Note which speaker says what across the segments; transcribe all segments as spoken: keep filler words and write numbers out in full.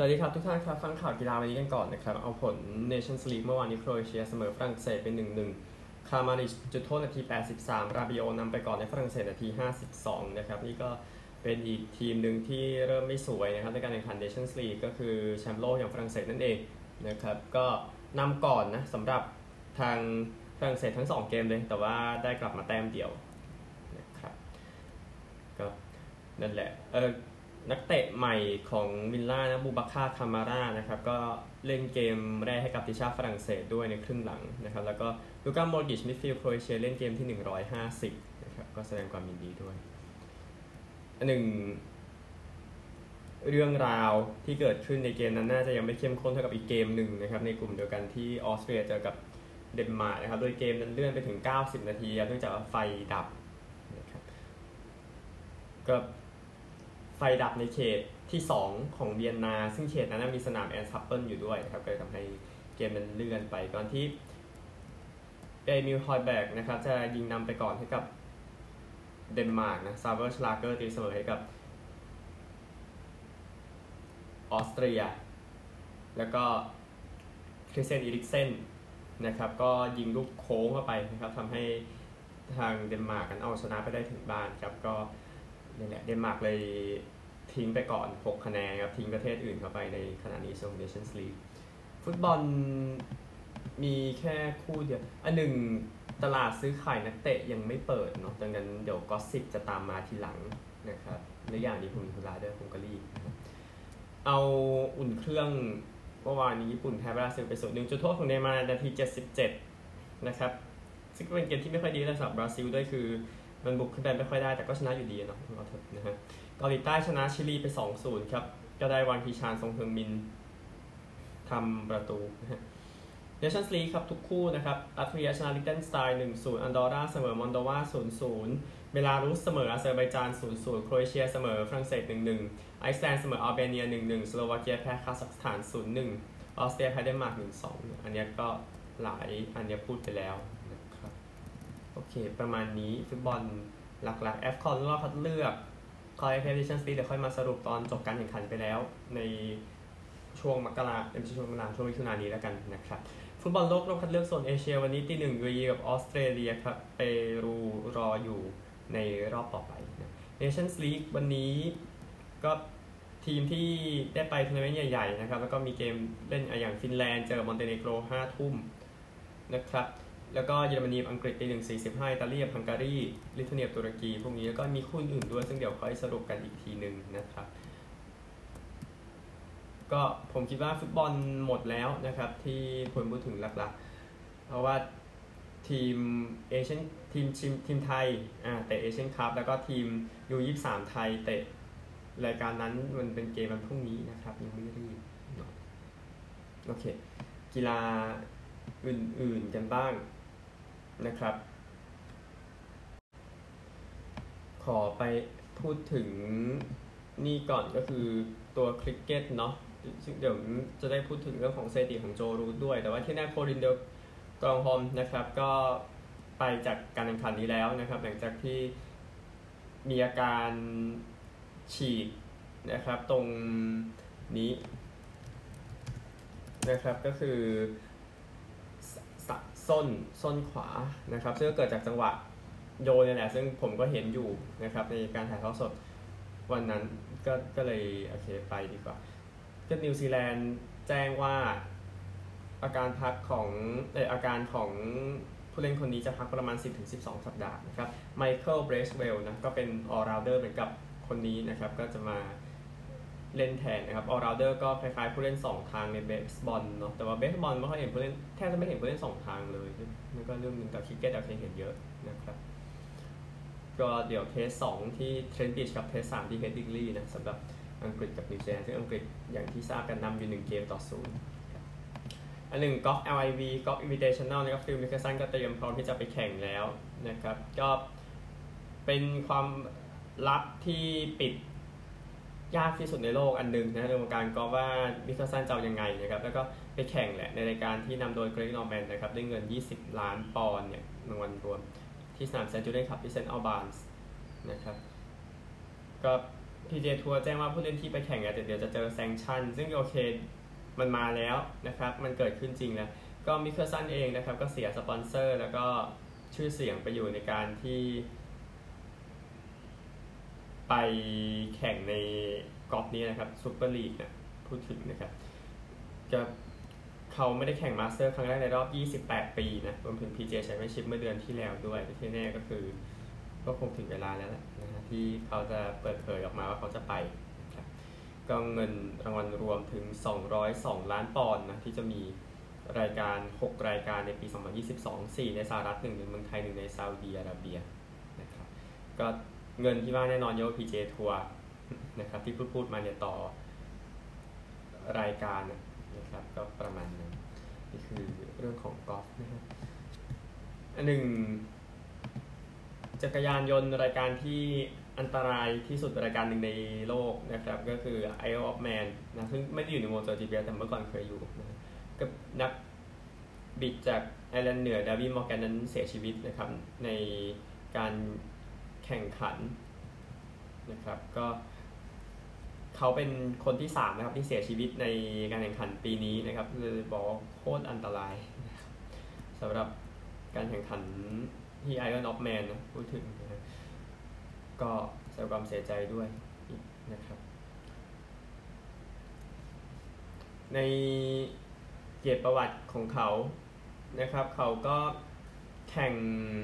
Speaker 1: วัสดีครับทุกท่านครับฟังข่าวกีฬาวันนี้กันก่อนนะครับเอาผล Nations League เมื่อวานนี้โครเอเชียเสมอฝรั่งเศสเป็น หนึ่งหนึ่ง คามาริชจุดโทษนาทีแปดสิบสามราบิโอนำไปก่อนในฝรั่งเศสนาทีห้าสิบสองนะครับนี่ก็เป็นอีกทีมหนึ่งที่เริ่มไม่สวยนะครับในการแข่งขัน Nations League ก็คือแชมป์โลกอย่างฝรั่งเศสนั่นเองนะครับก็นำก่อนนะสำหรับทางฝรั่งเศสทั้งสองเกมเลยแต่ว่าได้กลับมาแต้มเดียวนะครับก็นั่นแหละเออนักเตะใหม่ของวิลล่านะบูบัคคาคามาร่านะครับก็เล่นเกมแรกให้กับทีมชาติฝรั่งเศสด้วยในครึ่งหลังนะครับแล้วก็ลูก้าโมดริชมิดฟิลด์โครเอเชียเล่นเกมที่หนึ่งร้อยห้าสิบนะครับก็แสดงความยินดีด้วยอันหนึ่งเรื่องราวที่เกิดขึ้นในเกมนั้นน่าจะยังไม่เข้มข้นเท่ากับอีกเกมหนึ่งนะครับในกลุ่มเดียวกันที่ออสเตรียเจอกับเดนมาร์กนะครับโดยเกมนั้นเลื่อนไปถึงเก้าสิบนาทีเนื่องจากว่าไฟดับนะครับก็ไฟดับในเขตที่สองของเวียนนาซึ่งเขตนั้นมีสนามแอนซัปเปิลอยู่ด้วยนะครับก็เลยทำให้เกมมันเลื่อนไปก่อนที่เอมิล ฮอยแบกนะครับจะยิงนำไปก่อนให้กับเดนมาร์กนะซาเวอร์ชลาเกอร์ตีเสมอให้กับออสเตรียแล้วก็คริสเตียนอีริกเซนนะครับก็ยิงลูกโค้งเข้าไปนะครับทำให้ทางเดนมาร์กกันเอาชนะไปได้ถึงบ้านครับก็นี่แหละเดนมาร์กเลยทิ้งไปก่อนหกคะแนนครับทิ้งประเทศอื่นเข้าไปในขณะนี้โซน Nations League ฟุตบอลมีแค่คู่เดียวอันหนึ่งตลาดซื้อขายนักเตะยังไม่เปิดเนาะดังนั้นเดี๋ยวก็สิบจะตามมาทีหลังนะครับในอย่างนี้ผมมีธุระด้วยผมก็รีบเอาอุ่นเครื่องเมื่อวานนี้ญี่ปุ่นแพ้บราซิลไปศูนย์หนึ่งจุดโทษของเนย์มาร์นาทีเจ็ดสิบเจ็ดนะครับซึ่งเป็นเกมที่ไม่ค่อยดีสำหรับบราซิลด้วยคือมันบุกขึ้นไปไม่ค่อยได้แต่ก็ชนะอยู่ดีเนาะเอาเถอะนะฮะเกาหลีใต้ชนะชิลีไป สองศูนย์ ครับก็ได้วางคีชานซงเฮิงมินทำประตูนะฮะ Nations League ครับทุกคู่นะครับลัตเวียชนะลิเทนสไตน์ หนึ่งศูนย์ อันดอร่าเสมอมอนโดวา ศูนย์ศูนย์ เบลารุสเสมออาเซอร์ไบจาน ศูนย์ศูนย์ โครเอเชียเสมอฝรั่งเศส หนึ่งหนึ่ง ไอซ์แลนด์เสมออัลเบเนีย หนึ่งหนึ่ง สโลวาเกียแพ้คาซัคสถาน ศูนย์หนึ่ง ออสเตรียแพ้เดนมาร์ก หนึ่งสอง อันนี้ก็หลายอันนี้พูดไปแล้วนะครับโอเคประมาณนี้ฟุตบอลหลักๆแอฟคอนรอบคัดเลือกคอยแคดิชั่นสตีเดี๋ยวค่อยมาสรุปตอนจบการแข่งขันไปแล้วในช่วงมกราไม่ใช่ช่วงมกราช่วงมิถุนายนนี้แล้วกันนะครับฟุตบอลโลกรอบคัดเลือกโซนเอเชียวันนี้ที่หนึ่งยูเออีกับออสเตรเลียครับเปรูรออยู่ในรอบต่อไปนะ Nations League วันนี้ก็ทีมที่ได้ไปทัวร์นาเมนต์ใหญ่ๆนะครับแล้วก็มีเกมเล่นอย่างฟินแลนด์เจอกับมอนเตเนโกร ห้าทุ่มนะครับแล้วก็เยอรมนีอังกฤษตีหนึ่งสี่สิบห้าอิตาลีฮังการีลิทัวเนียตุรกีพวกนี้แล้วก็มีคู่อื่นด้วยซึ่งเดี๋ยวค่อยสรุปกันอีกทีนึงนะครับก็ผมคิดว่าฟุตบอลหมดแล้วนะครับที่ควรพูดถึงหลักๆเพราะว่าทีมเอเชียนทีมทีมไทยอ่าแต่เอเชียนคัพแล้วก็ทีม ยู ยี่สิบสาม ไทยเตะรายการนั้นมันเป็นเกมวันพรุ่งนี้นะครับยังไม่รีบโอเคกีฬาอื่นๆกันบ้างนะครับขอไปพูดถึงนี่ก่อนก็คือตัวคริกเก็ตเนาะซึ่งเดี๋ยวจะได้พูดถึงเรื่องของสถิติของโจรูทด้วยแต่ว่าที่แน่โคลินเดลกรองฮอมนะครับก็ไปจากการแข่งขันนี้แล้วนะครับหลังจากที่มีอาการฉีกนะครับตรงนี้นะครับก็คือส้นส้นขวานะครับซึ่งเกิดจากจังหวะโยนนี่แหละซึ่งผมก็เห็นอยู่นะครับในการถ่ายทอดสดวันนั้นก็ก็เลยโอเคไปดีกว่าก็นิวซีแลนด์แจ้งว่าอาการพักของเอออาการของผู้เล่นคนนี้จะพักประมาณ สิบถึงสิบสอง สัปดาห์นะครับไมเคิลเบรสเวลนะก็เป็นออลราวเดอร์เหมือนกับคนนี้นะครับก็จะมาเล่นแทนนะครับออลราวเดอร์ก็คล้ายๆผู้เล่นสองทางในเบสบอลเนาะแต่ว่าเบสบอลไม่ค่อยเห็นผู้เล่นแทบจะไม่เห็นผู้เล่นสองทางเลยนั่นก็เรื่องนึงแต่คริกเก็ตเราเคยเห็นเยอะนะครับก็เดี๋ยวเทสสองที่เทรนต์บริดจ์กับเทสสามที่เฮดดิงลีย์นะสำหรับอังกฤษกับนิวซีแลนด์ซึ่งอังกฤษอย่างที่ทราบกันนำอยู่หนึ่งเกมต่อศูนย์อันหนึ่งกอล์ฟ แอล ไอ วี กอล์ฟ อินวิเทชันแนลนะครับฟิลมิเคสันก็เตรียมพร้อมที่จะไปแข่งแล้วนะครับก็เป็นความลับที่ปิดยากที่สุดในโลกอันหนึ่งนะในวงการกอล์ฟว่ามิเคสันจะยังไงนะครับแล้วก็ไปแข่งแหละในรายการที่นำโดยเกรก นอร์แมนนะครับได้เงินยี่สิบล้านปอนด์เนี่ยรางวัลรวมที่สนามเซนต์จูเลียนคลับที่เซนต์อัลบานส์นะครับก็พี จี เอ ทัวร์แจ้งว่าผู้เล่นที่ไปแข่งเนี่ยเดี๋ยวจะเจอแซงชั่นซึ่งโอเคมันมาแล้วนะครับมันเกิดขึ้นจริงแล้วก็มิเคลสันเองนะครับก็เสียสปอนเซอร์แล้วก็ชื่อเสียงไปอยู่ในการที่ไปแข่งในกอล์ฟนี้นะครับซูเปอร์ลีกนะพูดถึงนะครับจะเขาไม่ได้แข่งมาสเตอร์ครั้งแรกในรอบยี่สิบแปดปีนะรวมถึง พี จี เอ Championship เมื่อเดือนที่แล้วด้วยที่แน่ก็คือก็คงถึงเวลาแล้วแหละนะฮะที่เขาจะเปิดเผยออกมาว่าเขาจะไปนะครับก็เงินรางวัลรวมถึงสองร้อยสองล้านปอนด์นะที่จะมีรายการหกรายการในปีสองพันยี่สิบสอง สี่ในสหรัฐหนึ่งในเมืองไทยหนึ่งในซาอุดิอาระเบียนะครับก็เงินที่ว่าแน่นอนเยอะ พี จี เอ ทัวร์นะครับที่พูดพูดมาเนี่ยต่อรายการนะครับก็ประมาณนั้นนี่คือเรื่องของกอล์ฟนะครับอันหนึ่งจักรยานยนต์รายการที่อันตรายที่สุดรายการหนึ่งในโลกนะครับก็คือ Isle of Man นะซึ่งไม่ได้อยู่ใน MotoGP แต่เมื่อก่อนเคยอยู่นะกับนักบิดจากไอร์แลนด์เหนือดาวิดมอร์แกนนั้นเสียชีวิตนะครับในการแข่งขันนะครับก็เขาเป็นคนที่สามนะครับที่เสียชีวิตในการแข่งขันปีนี้นะครับเลยบอกโคตรอันตรายสำหรับการแข่งขันที่ Isle of Man นะพูดถึงนะก็แสดงความเสียใจด้วยนะครับในเกียรติประวัติของเขานะครับเขาก็แข่ง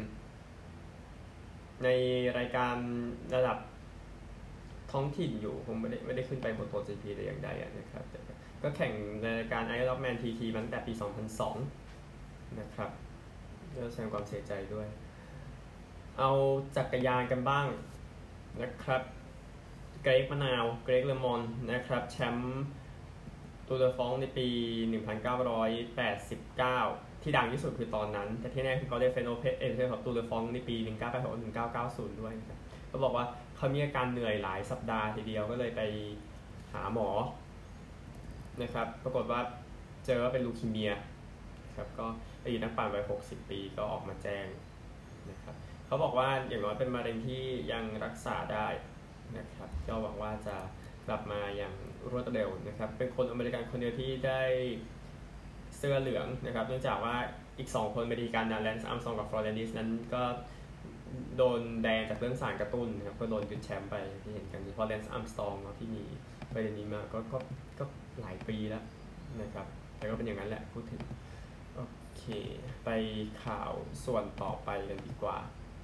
Speaker 1: ในรายการระดับท้องถิ่นอยู่คงไม่ได้ไม่ได้ขึ้นไปบนโปร จี พี แต่อย่างใดนะครับก็แข่งในรายการ Isle of Man ที ที มาตั้งแต่ปีสองพันสองนะครับก็แสดงความเสียใจด้วยเอาจักรยานกันบ้างนะครับเกรกมะนาวเกรกเลมอนนะครับแชมป์ตูร์เดอฟองในปีหนึ่งพันเก้าร้อยแปดสิบเก้าที่ดังที่สุดคือตอนนั้นแต่ที่แน่คือเขาได้เฟนโอเพเอเทอร์ของตูร์เดอฟองในปีหนึ่งพันเก้าร้อยแปดสิบหกถึงหนึ่งพันเก้าร้อยเก้าสิบด้วยนะครับเขาบอกว่าเขามีอาการเหนื่อยหลายสัปดาห์ทีเดียวก็เลยไปหาหมอนะครับปรากฏว่าเจอว่าเป็นลูคีเมียครับก็อดีตนักปั่นวัยหกสิบปีก็ออกมาแจ้งนะครับเขาบอกว่าอย่างน้อยเป็นมะเร็งที่ยังรักษาได้นะครับก็หวังว่าจะกลับมาอย่างรวดเร็วนะครับเป็นคนอเมริกันคนเดียวที่ได้เสื้อเหลืองนะครับเนื่องจากว่าอีกสองคนอเมริกันนะแลนซ์อาร์มสตรองกับฟลอเรนซิสนั้นก็โดนแดงจากเรื่องสารกระตุ้นนะครับก็โดนยึดแชมป์ไปที่เห็นกันเพราะแลนซ์อาร์มสตรองที่มีประเด็นนี้มาก็ก็ก็หลายปีแล้วนะครับแต่ก็เป็นอย่างนั้นแหละพูดถึงโอเคไปข่าวส่วนต่อไปกันดีกว่า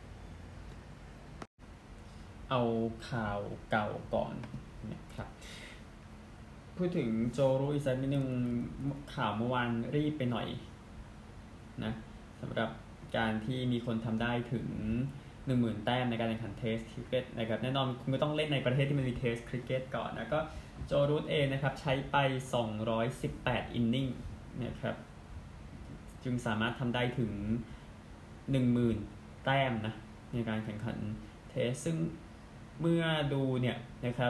Speaker 1: เอาข่าวเก่าก่อนนะครับพูดถึงโจรูอีกสักนิดนึงข่าวเมื่อวานรีบไปหน่อยนะสำหรับการที่มีคนทำได้ถึง หนึ่งหมื่น แต้มในการแข่งขันเทสคริกเก็ตนะครับแน่นอนคุณก็ต้องเล่นในประเทศที่มันมีเทสคริกเก็ตก่อนนะก็โจรูเองนะครับใช้ไปสองร้อยสิบแปดอินนิ่งนะครับจึงสามารถทำได้ถึง หนึ่งหมื่น แต้มนะในการแข่งขันเทสซึ่งเมื่อดูเนี่ยนะครับ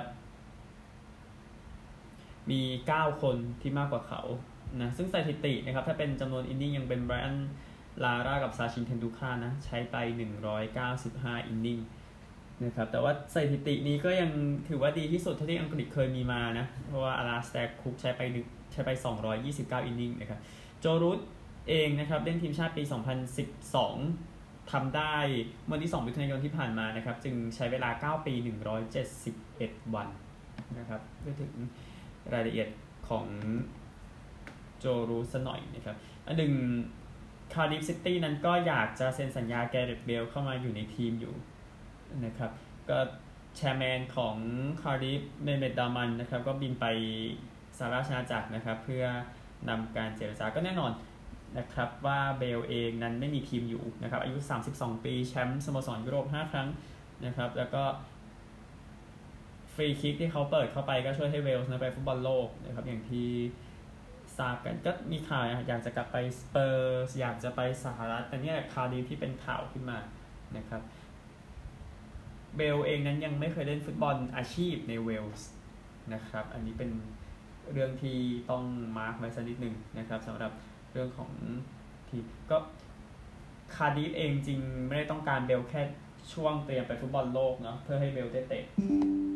Speaker 1: มีเก้าคนที่มากกว่าเขานะซึ่งสถิตินะครับถ้าเป็นจำนวนอินนิ่งยังเป็นไบรอันลาร่ากับซาชินเทนดูคานะใช้ไปหนึ่งร้อยเก้าสิบห้าอินนิ่งนะครับแต่ว่าสถิตินี้ก็ยังถือว่าดีที่สุดเท่าที่อังกฤษเคยมีมานะเพราะว่าอาราสแตกคุกใช้ไปใช้ไปสองร้อยยี่สิบเก้าอินนิ่งนะครับโจรูทเองนะครับเล่นทีมชาติปีสองพันสิบสองทำได้เมื่อที่สองมิถุนายนที่ผ่านมานะครับจึงใช้เวลาเก้าปีหนึ่งร้อยเจ็ดสิบเอ็ดวันนะครับเพื่อถึงรายละเอียดของโจรูซะหน่อยนะครับอันหนึ่งคาร์ดิฟซิตี้นั้นก็อยากจะเซ็นสัญญาแกเรตเบลเข้ามาอยู่ในทีมอยู่นะครับก็แชร์แมนของคาร์ดิฟเมเมดดามันนะครับก็บินไปสหราชอาณาจักรนะครับเพื่อนำการเจรจาก็แน่นอนนะครับว่าเบลเองนั้นไม่มีทีมอยู่นะครับอายุสามสิบสองปีแชมป์สโมสรยุโรปห้าครั้งนะครับแล้วก็ฟรีคิกที่เขาเปิดเข้าไปก็ช่วยให้เวลส์ไปฟุตบอลโลกนะครับอย่างที่ทราบกันก็มีข่าวอยากจะกลับไปสเปอร์สอยากจะไปสหรัฐแต่เนี่ยคาร์ดิฟที่เป็นข่าวขึ้นมานะครับเบลเองนั้นยังไม่เคยเล่นฟุตบอลอาชีพในเวลส์นะครับอันนี้เป็นเรื่องที่ต้องมาร์คไว้สักนิดนึงนะครับสำหรับเรื่องของที่ก็คาร์ดิฟเองจริงไม่ได้ต้องการเบลแค่ช่วงเตรียมไปฟุตบอลโลกเนาะเพื่อให้เบลได้เตะ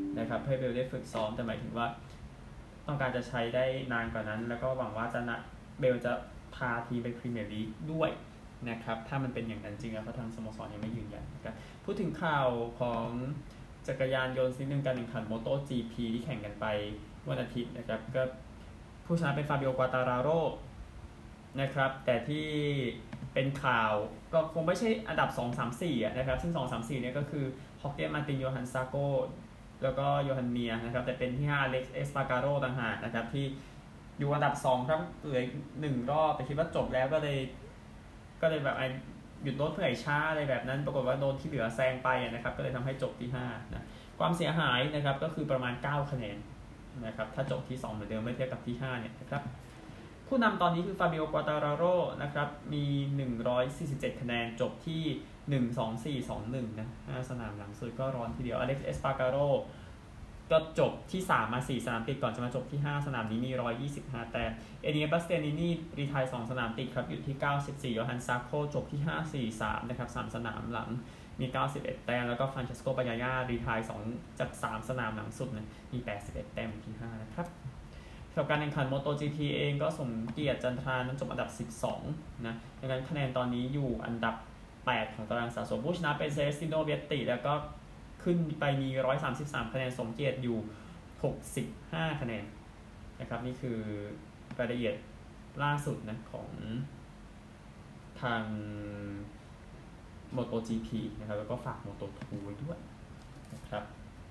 Speaker 2: นะครับให้เบลได้ฝึกซ้อมแต่หมายถึงว่าต้องการจะใช้ได้นานกว่านั้นแล้วก็หวังว่าจะนะเบลจะพาทีมไปพรีเมียร์ลีกด้วยนะครับถ้ามันเป็นอย่างนั้นจริงแล้วเพราะทางสโมสรยังไม่ยืนยันนะครับพูดถึงข่าวของจักรยานยนต์นิดนึงการแข่งขัน โมโต จี พี ที่แข่งกันไปวันอาทิตย์นะครับก็ผู้ชนะเป็นฟาบิโอ ควาตาราโรนะครับแต่ที่เป็นข่าวก็คงไม่ใช่อันดับสอง สาม สี่อ่ะนะครับซึ่งสอง สาม สี่เนี่ยก็คือฮอกเก้มาร์ตินโยฮันซาโกแล้วก็โยฮันเมียนะครับแต่เป็นที่ห้าเล็กซ์เอสปาการโรต่างหากนะครับที่อยู่อันดับสองครับเหลือหนึ่งรอบแต่คิดว่าจบแล้วก็เลยก็เลยแบบหยุดรถเพื่อให้ช้าอะไรแบบนั้นปรากฏว่าโดนที่เหลือแซงไปนะครับก็เลยทำให้จบที่ห้านะความเสียหายนะครับก็คือประมาณเก้าคะแนนนะครับถ้าจบที่สองเหมือนเดิมไม่เทียบกับที่ห้าเนี่ยนะครับผู้นำตอนนี้คือฟาบิโอ ควาตาราโรนะครับมีหนึ่งร้อยสี่สิบเจ็ดคะแนนจบที่หนึ่ง สอง สี่ สอง หนึ่งนะห้าสนามหลังสุดก็ร้อนทีเดียวอเล็กซ์เอสปาการโรก็จบที่สามมาสี่สนามติดก่อนจะมาจบที่ห้าสนามนี้มีหนึ่งร้อยยี่สิบห้าแต้มเอเนียบัสเตียนินีรีไทร์สองสนามติดครับอยู่ที่เก้าสิบสี่โยฮันซาโคจบที่ห้า สี่ สามนะครับสามสนามหลังมีเก้าสิบเอ็ดแต้มแล้วก็ฟรานเชสโก ปายาย่ารีไทร์สองจากสามสนามหลังสุดนะมีแปดสิบเอ็ดแต้มที่ห้านะครับสำหรับการแข่งขัน โมโต จี พี เองก็สมเกียรติจันทรานั้นจบอันดับสิบสองนะดังนั้นคะแนนตอนนี้อยู่อันดับแปดของตารางสะสมผู้ชนะเป็นเซเลสติโน เวียตติแล้วก็ขึ้นไปมีหนึ่งร้อยสามสิบสามคะแนนสมเกียรติอยู่หกสิบห้าคะแนนนะครับนี่คือรายละเอียดล่าสุดนะของทาง โมโต จี พี นะครับแล้วก็ฝาก โมโต ทู ไว้ด้วยนะครับ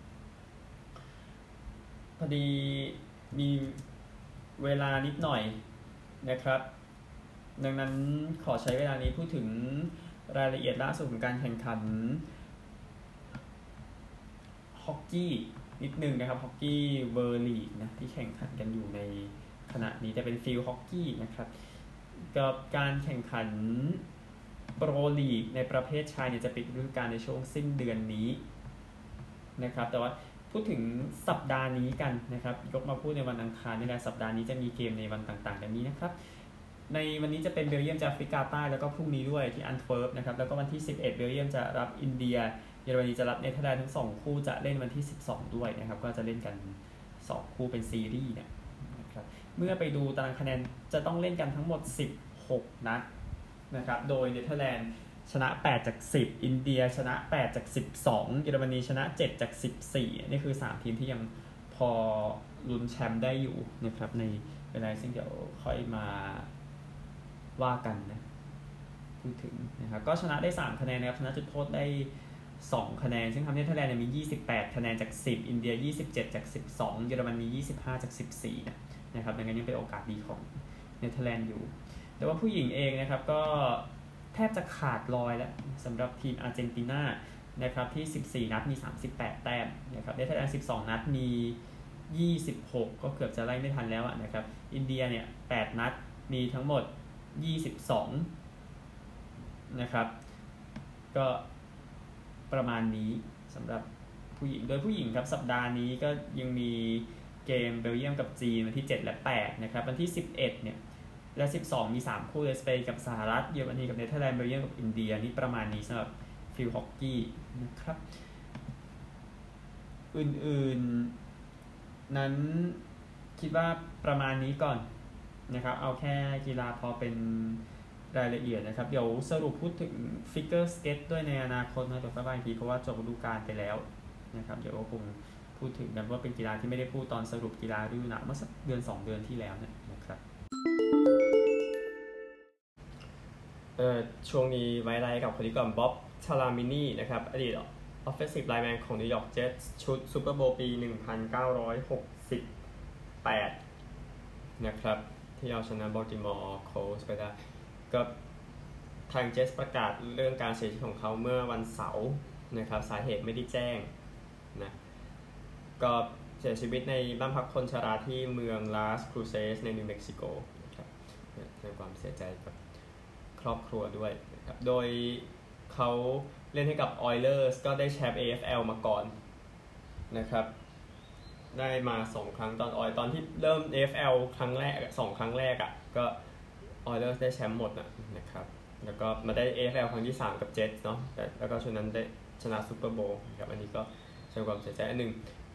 Speaker 2: พอดีมีเวลานิดหน่อยนะครับดังนั้นขอใช้เวลานี้พูดถึงรายละเอียดล่าสุดของการแข่งขันฮอกกี้นิดนึงนะครับฮอกกี้เวอร์ลีกนะที่แข่งขันกันอยู่ในขณะนี้แต่เป็นฟิลด์ฮอกกี้นะครับกับการแข่งขันโปรลีกในประเภทชายเนี่ยจะปิดฤดูกาลในช่วงสิ้นเดือนนี้นะครับแต่ว่าพูดถึงสัปดาห์นี้กันนะครับยกมาพูดในวันอังคารนี่แหละสัปดาห์นี้จะมีเกมในวันต่างๆกันนี้นะครับในวันนี้จะเป็นเบลเยียมจากแอฟริกาใต้แล้วก็พรุ่งนี้ด้วยที่อันเทเวิร์ปนะครับแล้วก็วันที่สิบเอ็ดเบลเยียมจะรับอินเดียเยอรมนีจะรับเนเธอร์แลนด์ทั้งสองคู่จะเล่นวันที่สิบสองด้วยนะครับก็จะเล่นกันสองคู่เป็นซีรีส์เนี่ยนะครับเมื่อไปดูตารางคะแนนจะต้องเล่นกันทั้งหมดสิบหกนัดนะครับโดยเนเธอร์แลนด์ชนะแปดจากสิบอินเดียชนะแปดจากสิบสองเยอรมนีชนะเจ็ดจากสิบสี่นี่คือสามทีมที่ยังพอลุ้นแชมป์ได้อยู่นะครับในเวลาซึ่งเดี๋ยวค่อยมาว่ากันนะพูดถึงนะครับก็ชนะได้สามคะแนนนะครับชนะจุดโทษได้สองคะแนนซึ่งทำให้เนเธอร์แลนด์มียี่สิบแปดคะแนนจากสิบอินเดียยี่สิบเจ็ดจากสิบสองเยอรมนียี่สิบห้าจากสิบสี่นะนะครับดังนั้นยังเป็นโอกาสดีของเนเธอร์แลนด์อยู่แต่ว่าผู้หญิงเองนะครับก็แทบจะขาดลอยแล้วสำหรับทีมอาร์เจนตินานะครับที่สิบสี่นัดมีสามสิบแปดแต้มนะครับเนเธอร์แลนด์สิบสองนัดมียี่สิบหกก็เกือบจะไล่ไม่ทันแล้วนะครับอินเดียเนี่ยแปดนัดมีทั้งหมดยี่สิบสองนะครับก็ประมาณนี้สำหรับผู้หญิงโดยผู้หญิงครับสัปดาห์นี้ก็ยังมีเกมเบลเยียมกับจีนวันที่เจ็ดและแปดนะครับวันที่สิบเอ็ดเนี่ยและสิบสองมีสามคู่เลยสเปนกับสหรัฐเยอรมนีกับเนเธอร์แลนด์เบลเยียมกับอินเดียนี่ประมาณนี้สำหรับฟิลฮอกกี้นะครับอื่นๆนั้นคิดว่าประมาณนี้ก่อนนะครับเอาแค่กีฬาพอเป็นรายละเอียดนะครับเดี๋ยวสรุปพูดถึงฟิกเกอร์สเก็ตด้วยในอนาคตนะเดี๋ยวก็บางทีเพราะว่าจบฤดูกาลไปแล้วนะครับเดี๋ยวก็คงพูดถึงกันว่าเป็นกีฬาที่ไม่ได้พูดตอนสรุปกีฬาฤดูหนาวเมื่อสักเดือนสองเดือนที่แล้วนะครับ
Speaker 1: เอ่อช่วงนี้ไว้ไล่กับคนนี้ก่อนบ๊อบชาลามินีนะครับอดีต Offensive Lineman ของ New York Jets ชุดซูเปอร์โบว์ปีหนึ่งพันเก้าร้อยหกสิบแปดนะครับที่เอาชนะ Baltimore Colts ไปได้ก็ทาง Jets ประกาศเรื่องการเสียชีวิตของเขาเมื่อวันเสาร์นะครับสาเหตุไม่ได้แจ้งนะก็เสียชีวิตในบ้านพักคนชราที่เมือง Las Cruces ในนิวเม็กซิโกนะครับแสดงความเสียใจกับครอบครัวด้วยนะครับโดยเขาเล่นให้กับ Oilers ก็ได้แชมป์ เอ เอฟ แอล มาก่อนนะครับได้มาสองครั้งตอนออยตอนที่เริ่ม เอ เอฟ แอล ครั้งแรกสองครั้งแรกอ่ะก็ Oilers ได้แชมป์หมดนะนะครับแล้วก็มาได้ เอ เอฟ แอล ครั้งที่สามกับ Jets เนาะแล้วก็ช่วงนั้นได้ชนะซูเปอร์โบว์นะครับอันนี้ก็แสดงความเสียใจอันหนึ่ง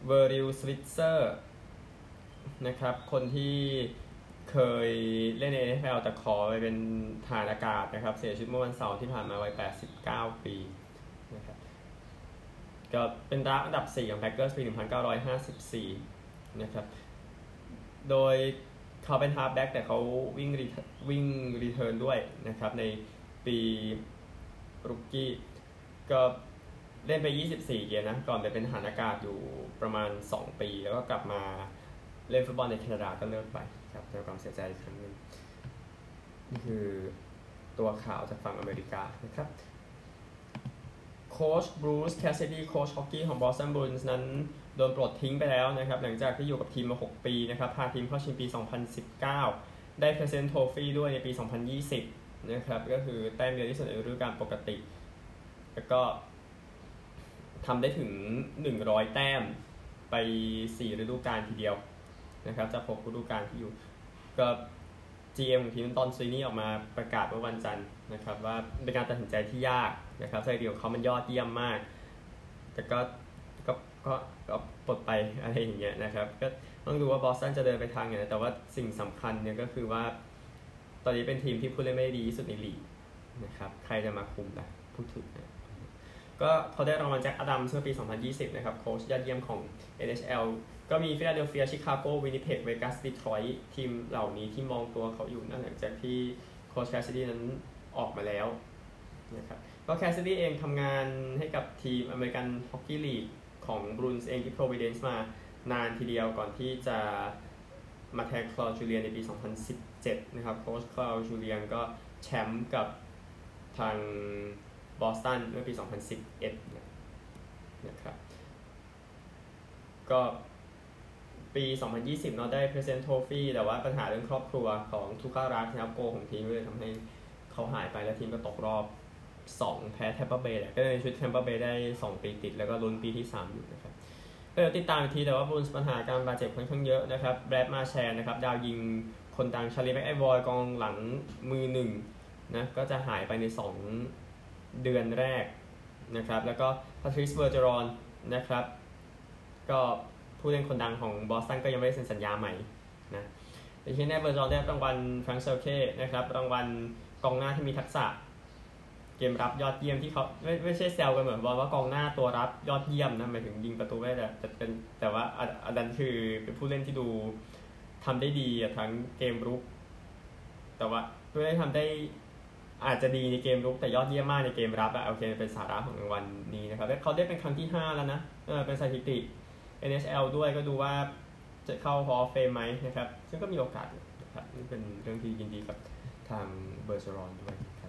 Speaker 1: เวอร์ริลสวิตเซอร์นะครับคนที่เคยเล่นใน เอ็น เอฟ แอล แต่ขอไปเป็นทหารอากาศนะครับเสียชีวิตเมื่อวันเสาร์ที่ผ่านมาวัยแปดสิบเก้าปีนะครับก็เป็นดราฟต์อันดับสี่ของแพ็คเกอร์สปีหนึ่งพันเก้าร้อยห้าสิบสี่นะครับโดยเขาเป็นฮาล์ฟแบ็กแต่เขาวิ่งวิ่งรีเทิร์นด้วยนะครับในปีรุกกี้ก็เล่นไปยี่สิบสี่เกมนะก่อนไปเป็นทหารอากาศอยู่ประมาณสองปีแล้วก็กลับมาเล่นฟุตบอลในแคนาดาก็เลิกไปครับด้วยความเสียใจอีกครั้งนึงนี่คือตัวข่าวจากฝั่งอเมริกานะครับโค้ชบรูซแคสซิดี้โค้ชฮอกกี้ของบอสตันบรูนส์นั้นโดนปลดทิ้งไปแล้วนะครับหลังจากที่อยู่กับทีมมาหกปีนะครับพาทีมเข้าชิงปีสองพันสิบเก้าได้เพรสเซนต์โทฟี่ด้วยในปีสองพันยี่สิบนะครับก็คือแต้มเยอะที่สุดในฤดูกาลปกติแล้วก็ทำได้ถึงหนึ่งร้อยแต้มไปสี่ฤดูกาลทีเดียวนะครับจากหกฤดูกาลที่อยู่ก็ จี เอ็ม ของทีมตอนซีนี่ออกมาประกาศเมื่อวันจันทร์นะครับว่าเป็นการตัดสินใจที่ยากนะครับสถิติของเขามันยอดเยี่ยมมากแต่ก็ก็ก็ก็ปลดไปอะไรอย่างเงี้ยนะครับก็ต้องดูว่าบอสตันจะเดินไปทางไหนแต่ว่าสิ่งสำคัญเนี่ยก็คือว่าตอนนี้เป็นทีมที่ผู้เล่นไม่ดีที่สุดในลีกนะครับใครจะมาคุมล่ะพูดถึงนะก็เขาได้รางวัลแจ็คอดัมส์เมื่อปีสองพันยี่สิบนะครับโค้ชยอดเยี่ยมของ เอ็น เอช แอล ก็มีฟิลาเดลเฟียชิคาโกวินนิเพกเวกัสดีทรอยต์ทีมเหล่านี้ที่มองตัวเขาอยู่นั่นหลังจากที่โค้ชแคสซิดี้นั้นออกมาแล้วนะครับก็แคสซิดี้เองทำงานให้กับทีมอเมริกันฮอกกี้ลีกของบรูนส์เองที่โปรวิเดนซ์มานานทีเดียวก่อนที่จะมาแทนคลอจูเลียนในปีสองพันสิบเจ็ดนะครับโค้ชคลอจูเลียนก็แชมป์กับทางบอสตันเมื่อปีสองพันสิบเอ็ดนะครับก็ปีสองพันยี่สิบเนาะได้ Present Trophy แต่ว่าปัญหาเรื่องครอบครัวของทูคารัสนะครับโกของทีมเลยทำให้เขาหายไปแล้วทีมก็ตกรอบสองแพ้แทมเปอร์เบย์ก็เลยชุดแทมเปอร์เบย์ได้สองปีติดแล้วก็ลุ้นปีที่สามอยู่นะครับก็เดี๋ยวติดตามอีกทีแต่ว่าบรูนส์ปัญหาการบาดเจ็บค่อนข้างเยอะนะครับแบรดมาแชร์นะครับดาวยิงคนดังชาลีแม็กไอวอยกองหลังมือหนึ่งนะก็จะหายไปในสองเดือนแรกนะครับแล้วก็พาทริซเวอร์เจรอนนะครับก็ผู้เล่นคนดังของบอสตันก็ยังไม่ได้เซ็นสัญญาใหม่นะในที่นี้เวอร์เจรอนได้รางวัลแฟรงค์เซลเก้นะครับรางวัลกองหน้าที่มีทักษะเกมรับยอดเยี่ยมที่เขาไม่ไม่ใช่แซวกันเหมือนบอลว่ากองหน้าตัวรับยอดเยี่ยมนะหมายถึงยิงประตูได้แต่แต่เป็นแต่ว่าอันนั้นคือเป็นผู้เล่นที่ดูทำได้ดีทั้งเกมรุกแต่ว่าผู้เล่นทำได้อาจจะดีในเกมรุกแต่ยอดเยี่ยมมากในเกมรับอะโอเคเป็นสาระของรางวัลนี้นะครับเขาได้เป็นครั้งที่ห้าแล้วนะเออเป็นสถิติ เอ็น เอช แอล ด้วยก็ดูว่าจะเข้า Hall of Fame ไหมนะครับซึ่งก็มีโอกาสนะครับนี่เป็นเรื่องที่ยินดีกับทางเบอร์เซรอนด้วยครับ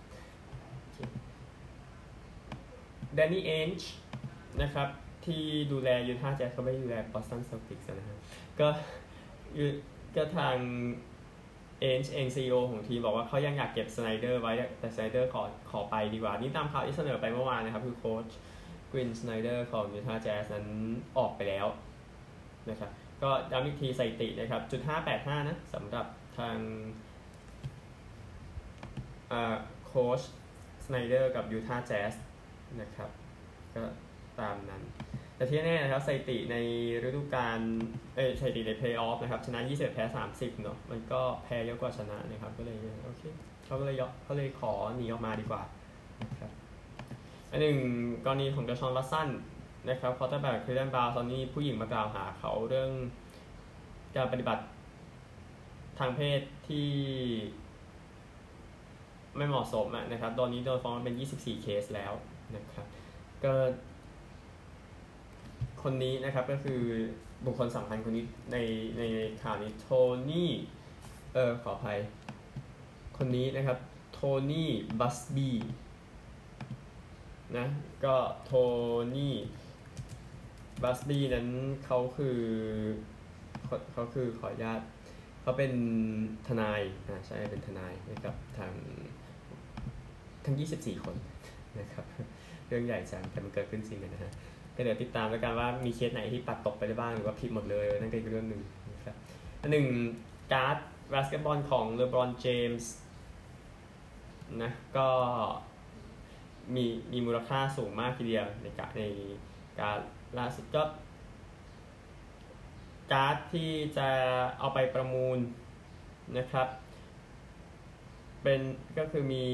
Speaker 1: แดนนี่เอนจ์นะครับที่ดูแลยูทาห์แจ๊สเขาไม่ดูแลบอสตันเซลติกส์นะครับก็ก็ทางเอนจ์เอง ซี อี โอ ของทีมบอกว่าเขายังอยากเก็บสไนเดอร์ไว้แต่สไนเดอร์ขอขอไปดีกว่านี่ตามข่าวที่เสนอไปเมื่อวานนะครับคือโค้ชกรีนสไนเดอร์ของยูทาห์แจ๊สนั้นออกไปแล้วนะครับก็ย้ำอีกทีสถิตินะครับจุดห้าแปดห้านะสำหรับทางโค้ชสไนเดอร์กับยูทาห์แจ๊สนะครับก็ตามนั้นแต่ที่แน่นะครับสถิติในฤดูกาลเอ้ยสถิติในเพลย์ออฟนะครับชนะยี่สิบแพ้สามสิบเนาะมันก็แพ้เยอะกว่าชนะนะครับก็เลยโอเคเขาก็เลยเขาเลยขอหนีออกมาดีกว่านะครับอันหนึ่งกรณีของเดชอนวัตสันนะครับคอร์เตอร์แบ็กคริสเตียนบราวน์ตอนนี้ผู้หญิงมากล่าวหาเขาเรื่องการปฏิบัติทางเพศที่ไม่เหมาะสมนะครับตอนนี้โดนฟ้องเป็นยี่สิบสี่เคสแล้วนะครับก็คนนี้นะครับก็คือบุคคลสำคัญคนนี้ในในข่าวนี้โทนี่เออขออภัยคนนี้นะครับโทนี่บัสบี้นะก็โทนี่บัสบี้นั้นเขาคือเขาคือขออนุญาตเขาเป็นทนายอ่าใช่เป็นทนายให้กับทางทั้งยี่สิบสี่คนนะครับเรื่องใหญ่จังแต่มันเกิดขึ้นจริงนะฮะก็เดี๋ยวติดตามแล้วกันว่ามีเคสไหนที่ปัดตกไปได้บ้างหรือว่าผิดหมดเลยนั่นก็อีกเรื่องหนึ่งนะครับอันหนึ่งการ์ดบาสเกตบอลของเลบรอนเจมส์นะก็มีมีมูลค่าสูงมากทีเดียวในการในการล่าสุดก็การ์ดที่จะเอาไปประมูลนะครับเป็นก็คือมี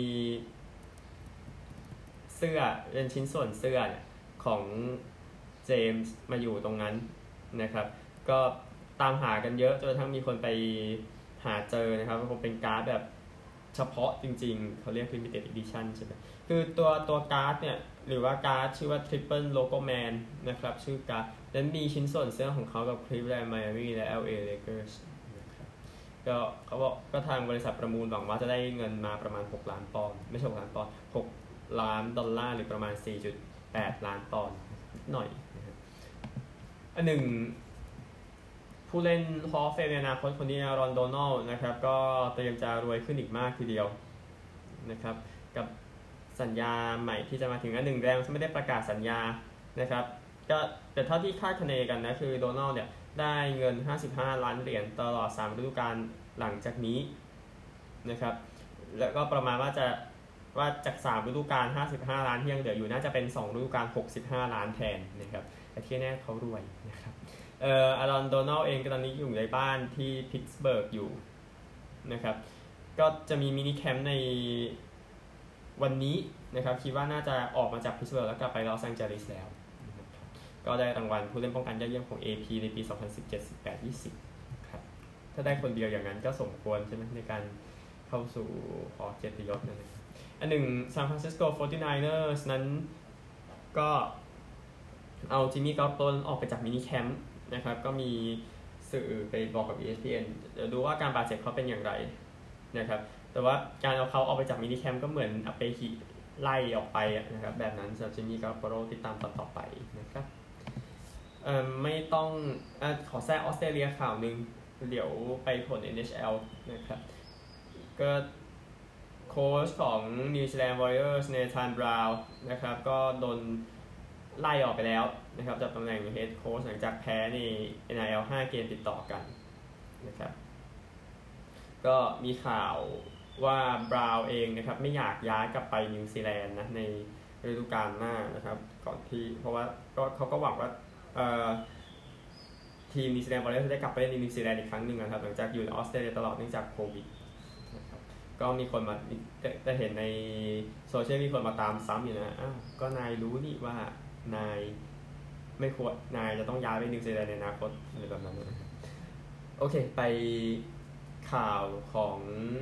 Speaker 1: เสื้อเป็นชิ้นส่วนเสื้อของเจมส์มาอยู่ตรงนั้นนะครับก็ตามหากันเยอะจนกระทั่งมีคนไปหาเจอนะครับคงเป็นการ์ดแบบเฉพาะจริงๆเขาเรียก limited edition ใช่ไหมคือตัวตัวการ์ดเนี่ยหรือว่าการ์ดชื่อว่า Triple Logo Man นะครับชื่อการ์ดนั้นมีชิ้นส่วนเสื้อของเขากับ Cleveland Miami และ แอล เอ Lakers นะครับก็เขาบอกก็ทางบริษัทประมูลหวังว่าจะได้เงินมาประมาณหกล้านปอนด์ไม่ใช่หกล้านปอนด์หกล้านดอลลาร์หรือประมาณ สี่จุดแปด ล้านปอนด์หน่อยนะครับอันหนึ่งผู้เล่นฮอลล์เฟมในอนาคตคนนี้รอนโดนัลนะครับก็เตรียมจะรวยขึ้นอีกมากทีเดียวนะครับกับสัญญาใหม่ที่จะมาถึงอันหนึ่งแรมไม่ได้ประกาศสัญญานะครับก็แต่เท่าที่คาดคะเนกันนะคือโดนัลเนี่ยได้เงินห้าสิบห้าล้านเหรียญตลอดสามฤดูกาลหลังจากนี้นะครับแล้วก็ประมาณว่าจะว่าจากสามฤดูกาลห้าสิบห้าล้านที่ยังเหลืออยู่น่าจะเป็นสองฤดูกาลหกสิบห้าล้านแทนนะครับแต่ที่แน่เขารวยนะครับเอ่ออารอนโดนัลเองตอนนี้อยู่ในบ้านที่พิตต์สเบิร์กอยู่นะครับก็จะมีมินิแคมป์ในวันนี้นะครับคิดว่าน่าจะออกมาจากพิตต์สเบิร์กแล้วกลับไปลอสแองเจลิสแล้วก็ได้รางวัลผู้เล่นป้องกันยอดเยี่ยมของ เอ พี ในปี สองพันสิบเจ็ด สิบแปด ยี่สิบครับถ้าได้คนเดียวอย่างนั้นก็สมควรใช่ไหมในการเข้าสู่หอเกียรติยศนั่นเองอันหนึ่ง San Francisco โฟร์ตี้ไนเนอร์ส นั้นก็เอาจิมมี่กอล์ฟโตนออกไปจากมินิแคมป์นะครับก็มีสื่อไปบอกกับ อี เอส พี เอ็น เดี๋ยวดูว่าการบาดเจ็บเขาเป็นอย่างไรนะครับแต่ว่าการเอาเขาออกไปจากมินิแคมป์ก็เหมือนเอาไปหิไล่ออกไปนะครับแบบนั้นสำหรับจิมมี่กอล์ฟโตนติดตามต่อต่อไปนะครับเอ่อไม่ต้องอ่ะขอแทรกออสเตรเลียข่าวหนึ่งเดี๋ยวไปผล เอ็น เอช แอล นะครับก็โค้ชของ New Zealand Warriors เนธานบราวน์นะครับก็โดนไล่ออกไปแล้วนะครับจากตำแหน่ง Head Coach หลังจากแพ้ใน เอ็น ไอ แอล ห้าเกมติดต่อกันนะครับก็มีข่าวว่าบราวน์เองนะครับไม่อยากย้ายกลับไปนิวซีแลนด์นะในฤดูกาลหน้านะครับก่อนที่เพราะว่าก็เขาก็หวังว่าเอ่อทีมนิวซีแลนด์วอร์เรอร์จะได้กลับไปเล่นในนิวซีแลนด์อีกครั้งหนึ่งนะครับหลังจากอยู่ในออสเตรเลียตลอดเนื่องจากโควิดนะครับก็มีคนมาจะเห็นในโซเชียลมีคนมาตามซ้ำอยู่นะอ้าวก็นายรู้นี่ว่านายไม่ควรนายจะต้องย้ายไปนิวซีแลนด์ในอนาคตอะไรแบบนั้นนะครับโอเคไปข่าวของ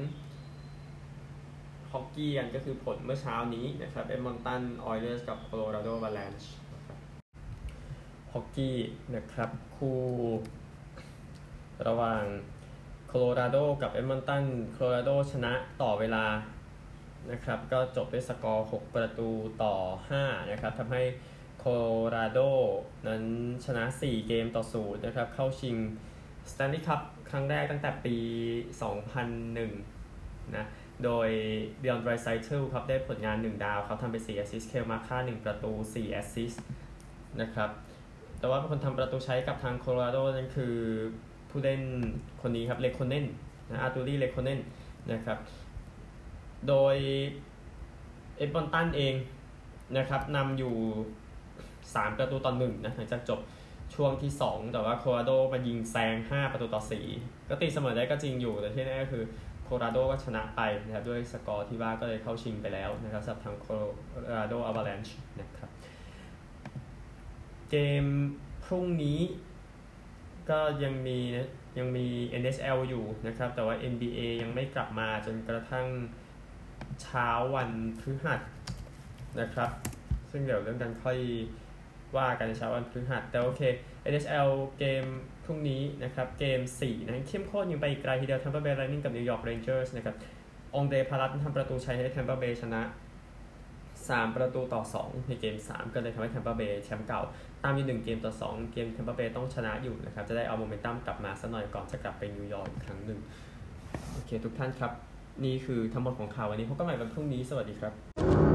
Speaker 1: ฮอกกี้กันก็คือผลเมื่อเช้านี้นะครับเอดมอนตันออยเลอร์สกับโคโลราโด a า a นช์ฮอกกี้นะครับคู่ระหว่างโคโลราโดกับเอดมอนตันโคโลราโดชนะต่อเวลานะครับก็จบด้วยสกอร์หกประตูต่อห้านะครับทำให้โคโลราโดนั้นชนะสี่เกมต่อศูนย์นะครับเข้าชิง Stanley Cup ครั้งแรกตั้งแต่ปีสองพันหนึ่งนะโดย Leon Draisaitl ครับได้ผลงานหนึ่งดาวเขาทำไปสี่แอสซิสต์เคลมาค่าหนึ่งประตูสี่แอสซิสต์นะครับแต่ว่าเป็นคนทำประตูใช้กับทางโคโลราโดนั่นคือผู้เล่นคนนี้ครับเลโคเนนนะอาร์ตูรี่เลโคเนนนะครับโดยเอดมอนตันเองนะครับนำอยู่สามประตูต่อหนึ่งนะหลังจากจบช่วงที่สองแต่ว่าโคโลราโดมายิงแซงห้าประตูต่อสี่ก็ตีเสมอได้ก็จริงอยู่แต่ที่แน่ก็คือโคโลราโดก็ชนะไปนะครับด้วยสกอร์ที่ว่าก็เลยเข้าชิงไปแล้วนะครับสำหรับทางโคโลราโดอ a า a นช์นะครับเกมพรุ่งนี้ก็ยังมียังมี เอ็น เอช แอล อยู่นะครับแต่ว่า เอ็น บี เอ ยังไม่กลับมาจนกระทั่งเช้าวันพฤหัสนะครับซึ่งเดี๋ยวเรื่องกันค่อยว่ากันในเช้าวันพฤหัสแต่โอเค เอ็น เอช แอล เกมพรุ่งนี้นะครับเกมสี่นะเข้มข้นยังไปอีกไกลทีเดียว Tampa Bay Lightning กับ New York Rangers นะครับองเดพารัตทำประตูชัยให้ Tampa Bay ชนะสามประตูต่อสองในเกมสามก็เลยทำให้ Tampa Bay แชมป์เก่าตามอยู่หนึ่งเกมต่อสองเกม Tampa Bay ต้องชนะอยู่นะครับจะได้เอาโมเมนตัมกลับมาสักหน่อยก่อนจะกลับไปนิวยอร์กอีกครั้งหนึ่งโอเคทุกท่านครับนี่คือทั้งหมดของข่าววันนี้พบกันใหม่วันพรุ่งนี้สวัสดีครับ